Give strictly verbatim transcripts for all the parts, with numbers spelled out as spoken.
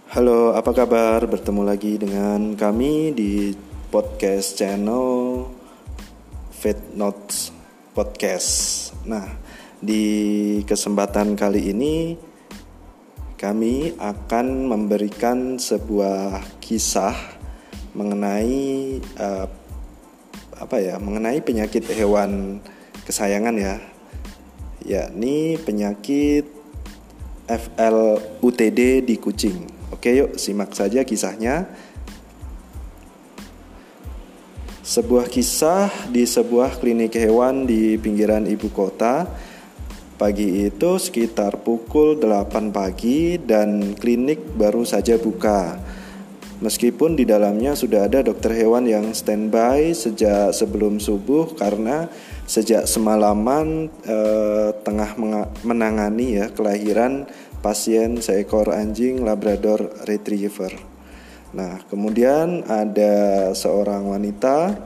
Halo, apa kabar? Bertemu lagi dengan kami di podcast channel Vet Notes Podcast. Nah, di kesempatan kali ini kami akan memberikan sebuah kisah mengenai uh, apa ya? Mengenai penyakit hewan kesayangan ya, yakni penyakit F L U T D di kucing. Oke, yuk simak saja kisahnya. Sebuah kisah di sebuah klinik hewan di pinggiran ibu kota. Pagi itu sekitar pukul delapan pagi dan klinik baru saja buka. Meskipun di dalamnya sudah ada dokter hewan yang standby sejak sebelum subuh karena sejak semalaman eh, tengah menangani ya kelahiran pasien seekor anjing Labrador Retriever. Nah, kemudian ada seorang wanita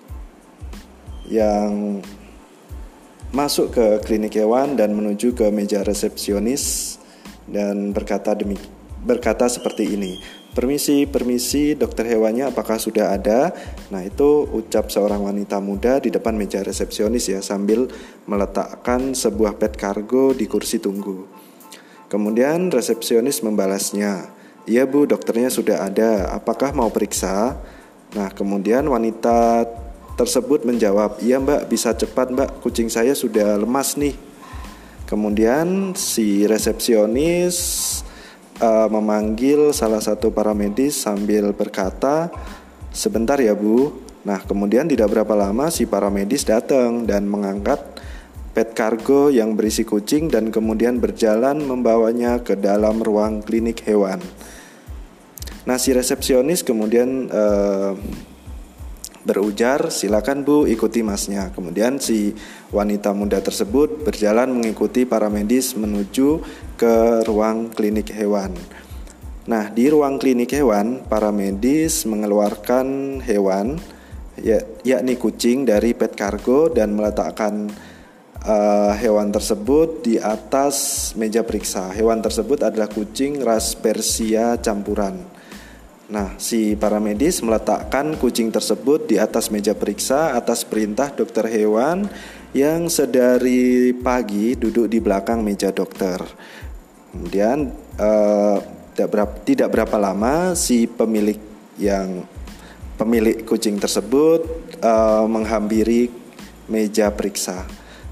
yang masuk ke klinik hewan dan menuju ke meja resepsionis dan berkata demi berkata seperti ini. Permisi, permisi, dokter hewannya apakah sudah ada? Nah, itu ucap seorang wanita muda di depan meja resepsionis ya, sambil meletakkan sebuah pet kargo di kursi tunggu. Kemudian resepsionis membalasnya, "Iya bu, dokternya sudah ada, apakah mau periksa?" Nah, kemudian wanita tersebut menjawab, "Iya mbak, bisa cepat mbak, kucing saya sudah lemas nih." Kemudian si resepsionis uh, memanggil salah satu paramedis sambil berkata, "Sebentar ya bu." Nah, kemudian tidak berapa lama si paramedis datang dan mengangkat pet kargo yang berisi kucing dan kemudian berjalan membawanya ke dalam ruang klinik hewan. Nah, si resepsionis kemudian uh, berujar, "Silakan bu, ikuti masnya." Kemudian si wanita muda tersebut berjalan mengikuti paramedis menuju ke ruang klinik hewan. Nah, di ruang klinik hewan, paramedis mengeluarkan hewan, ya, yakni kucing dari pet kargo dan meletakkan Uh, hewan tersebut di atas meja periksa. Hewan tersebut adalah kucing ras Persia campuran. Nah, si paramedis meletakkan kucing tersebut di atas meja periksa atas perintah dokter hewan yang sedari pagi duduk di belakang meja dokter. Kemudian uh, tidak, berapa, tidak berapa lama si pemilik yang pemilik kucing tersebut uh, menghampiri meja periksa.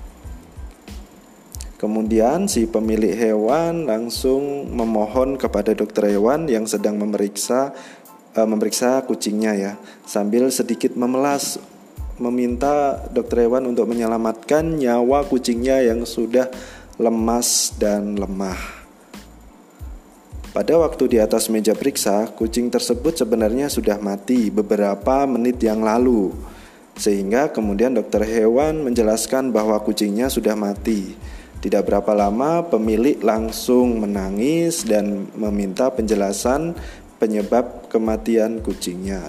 Kemudian si pemilik hewan langsung memohon kepada dokter hewan yang sedang memeriksa uh, memeriksa kucingnya ya, sambil sedikit memelas, meminta dokter hewan untuk menyelamatkan nyawa kucingnya yang sudah lemas dan lemah. Pada waktu di atas meja periksa, kucing tersebut sebenarnya sudah mati beberapa menit yang lalu, sehingga kemudian dokter hewan menjelaskan bahwa kucingnya sudah mati. Tidak berapa lama pemilik langsung menangis dan meminta penjelasan penyebab kematian kucingnya.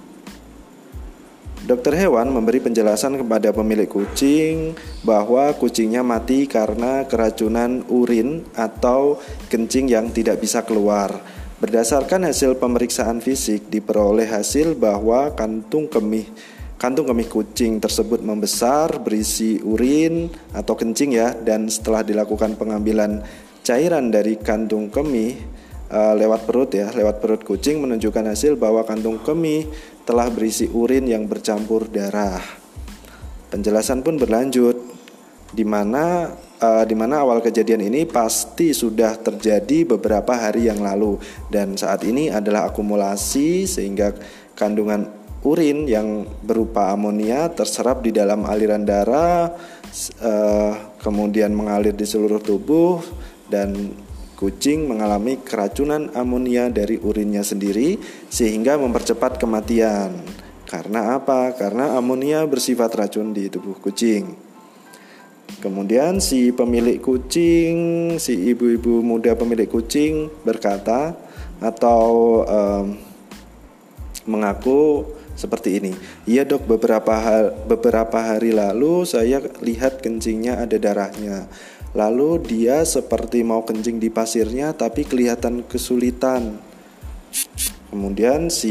Dokter hewan memberi penjelasan kepada pemilik kucing bahwa kucingnya mati karena keracunan urin atau kencing yang tidak bisa keluar. Berdasarkan hasil pemeriksaan fisik, diperoleh hasil bahwa kantung kemih Kantung kemih kucing tersebut membesar, berisi urin atau kencing ya, dan setelah dilakukan pengambilan cairan dari kantung kemih uh, lewat perut ya, lewat perut kucing menunjukkan hasil bahwa kantung kemih telah berisi urin yang bercampur darah. Penjelasan pun berlanjut, di mana uh, di mana awal kejadian ini pasti sudah terjadi beberapa hari yang lalu dan saat ini adalah akumulasi sehingga kandungan urin yang berupa amonia terserap di dalam aliran darah, uh, kemudian mengalir di seluruh tubuh dan kucing mengalami keracunan amonia dari urinnya sendiri sehingga mempercepat kematian. Karena apa? Karena amonia bersifat racun di tubuh kucing. Kemudian si pemilik kucing, si ibu-ibu muda pemilik kucing berkata atau um, mengaku seperti ini. "Iya dok, beberapa hari, beberapa hari lalu saya lihat kencingnya ada darahnya. Lalu dia seperti mau kencing di pasirnya tapi kelihatan kesulitan. Kemudian si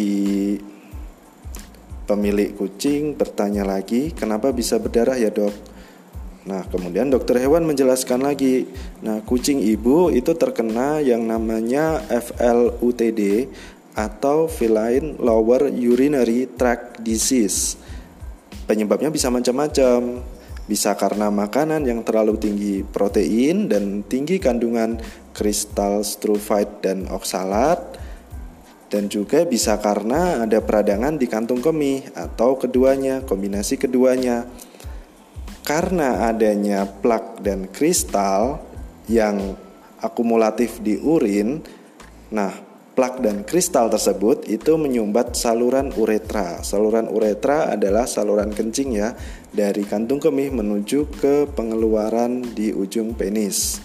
pemilik kucing bertanya lagi, kenapa bisa berdarah ya dok? Nah kemudian dokter hewan menjelaskan lagi, nah kucing ibu itu terkena yang namanya F L U T D atau Feline Lower Urinary Tract Disease. Penyebabnya bisa macam-macam, bisa karena makanan yang terlalu tinggi protein dan tinggi kandungan kristal struvite dan oksalat, dan juga bisa karena ada peradangan di kantung kemih atau keduanya, kombinasi keduanya. Karena adanya plak dan kristal yang akumulatif di urin, nah plak dan kristal tersebut itu menyumbat saluran uretra. Saluran uretra adalah saluran kencing ya, dari kantung kemih menuju ke pengeluaran di ujung penis.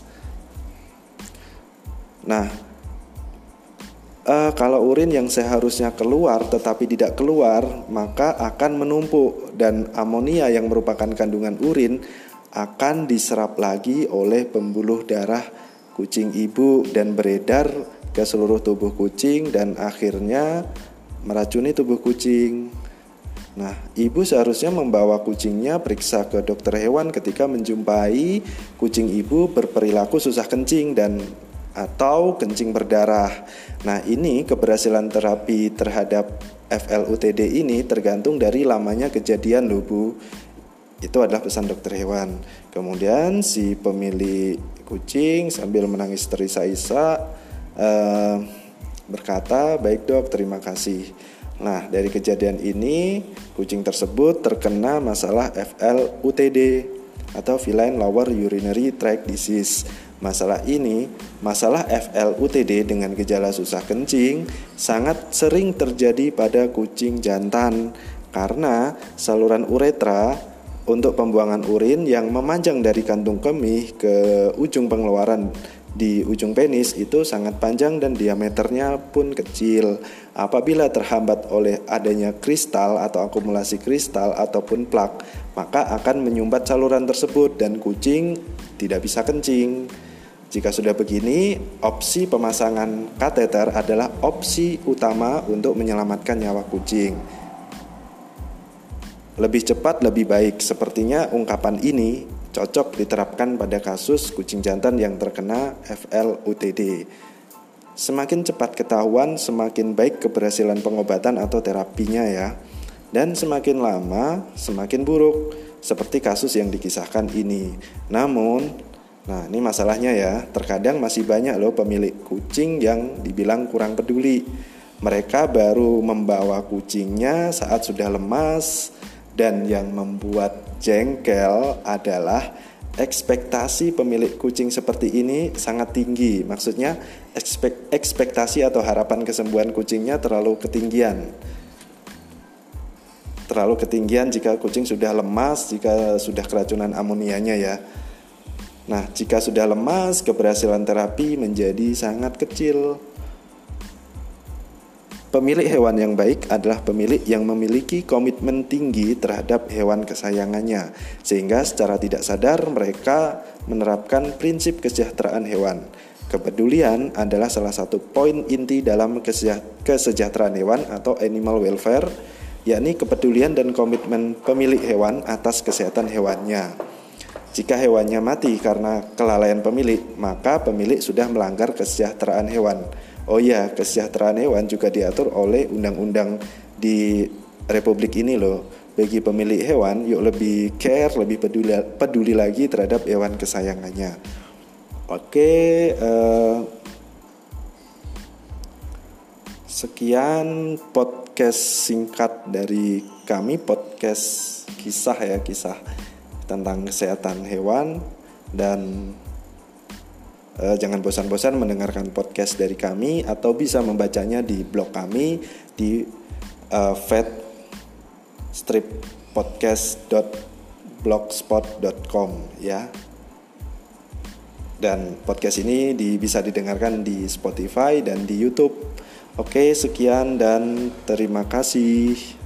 Nah, Uh, kalau urin yang seharusnya keluar tetapi tidak keluar, maka akan menumpuk dan amonia yang merupakan kandungan urin akan diserap lagi oleh pembuluh darah kucing ibu dan beredar ke seluruh tubuh kucing dan akhirnya meracuni tubuh kucing. Nah, ibu seharusnya membawa kucingnya periksa ke dokter hewan ketika menjumpai kucing ibu berperilaku susah kencing dan atau kencing berdarah. Nah, ini keberhasilan terapi terhadap F L U T D ini tergantung dari lamanya kejadian loh Bu. Itu adalah pesan dokter hewan. Kemudian si pemilik kucing sambil menangis terisak-isak eh, berkata, "Baik dok, terima kasih." Nah, dari kejadian ini kucing tersebut terkena masalah F L U T D atau Feline Lower Urinary Tract Disease. Masalah ini, masalah F L U T D dengan gejala susah kencing sangat sering terjadi pada kucing jantan karena saluran uretra untuk pembuangan urin yang memanjang dari kantung kemih ke ujung pengeluaran di ujung penis itu sangat panjang dan diameternya pun kecil. Apabila terhambat oleh adanya kristal atau akumulasi kristal ataupun plak, maka akan menyumbat saluran tersebut dan kucing tidak bisa kencing. Jika sudah begini, opsi pemasangan kateter adalah opsi utama untuk menyelamatkan nyawa kucing. Lebih cepat lebih baik. Sepertinya ungkapan ini cocok diterapkan pada kasus kucing jantan yang terkena F L U T D. Semakin cepat ketahuan, semakin baik keberhasilan pengobatan atau terapinya ya. Dan semakin lama, semakin buruk, seperti kasus yang dikisahkan ini. Namun, nah ini masalahnya ya, terkadang masih banyak loh pemilik kucing yang dibilang kurang peduli. Mereka baru membawa kucingnya saat sudah lemas, dan yang membuat jengkel adalah ekspektasi pemilik kucing seperti ini sangat tinggi. Maksudnya ekspek, ekspektasi atau harapan kesembuhan kucingnya terlalu ketinggian. Terlalu ketinggian jika kucing sudah lemas, jika sudah keracunan amonianya ya. Nah, jika sudah lemas, keberhasilan terapi menjadi sangat kecil. Pemilik hewan yang baik adalah pemilik yang memiliki komitmen tinggi terhadap hewan kesayangannya, sehingga secara tidak sadar mereka menerapkan prinsip kesejahteraan hewan. Kepedulian adalah salah satu poin inti dalam kesejahteraan hewan atau animal welfare, yakni kepedulian dan komitmen pemilik hewan atas kesehatan hewannya. Jika hewannya mati karena kelalaian pemilik, maka pemilik sudah melanggar kesejahteraan hewan. Oh iya, kesejahteraan hewan juga diatur oleh undang-undang di Republik ini loh. Bagi pemilik hewan, yuk lebih care, lebih peduli, peduli lagi terhadap hewan kesayangannya. Oke, eh, sekian podcast singkat dari kami, podcast kisah ya, kisah tentang kesehatan hewan. Dan eh, jangan bosan-bosan mendengarkan podcast dari kami, atau bisa membacanya di blog kami di eh, vet strip podcast dot blogspot dot com ya. Dan podcast ini di, bisa didengarkan di Spotify dan di YouTube. Oke, sekian dan terima kasih.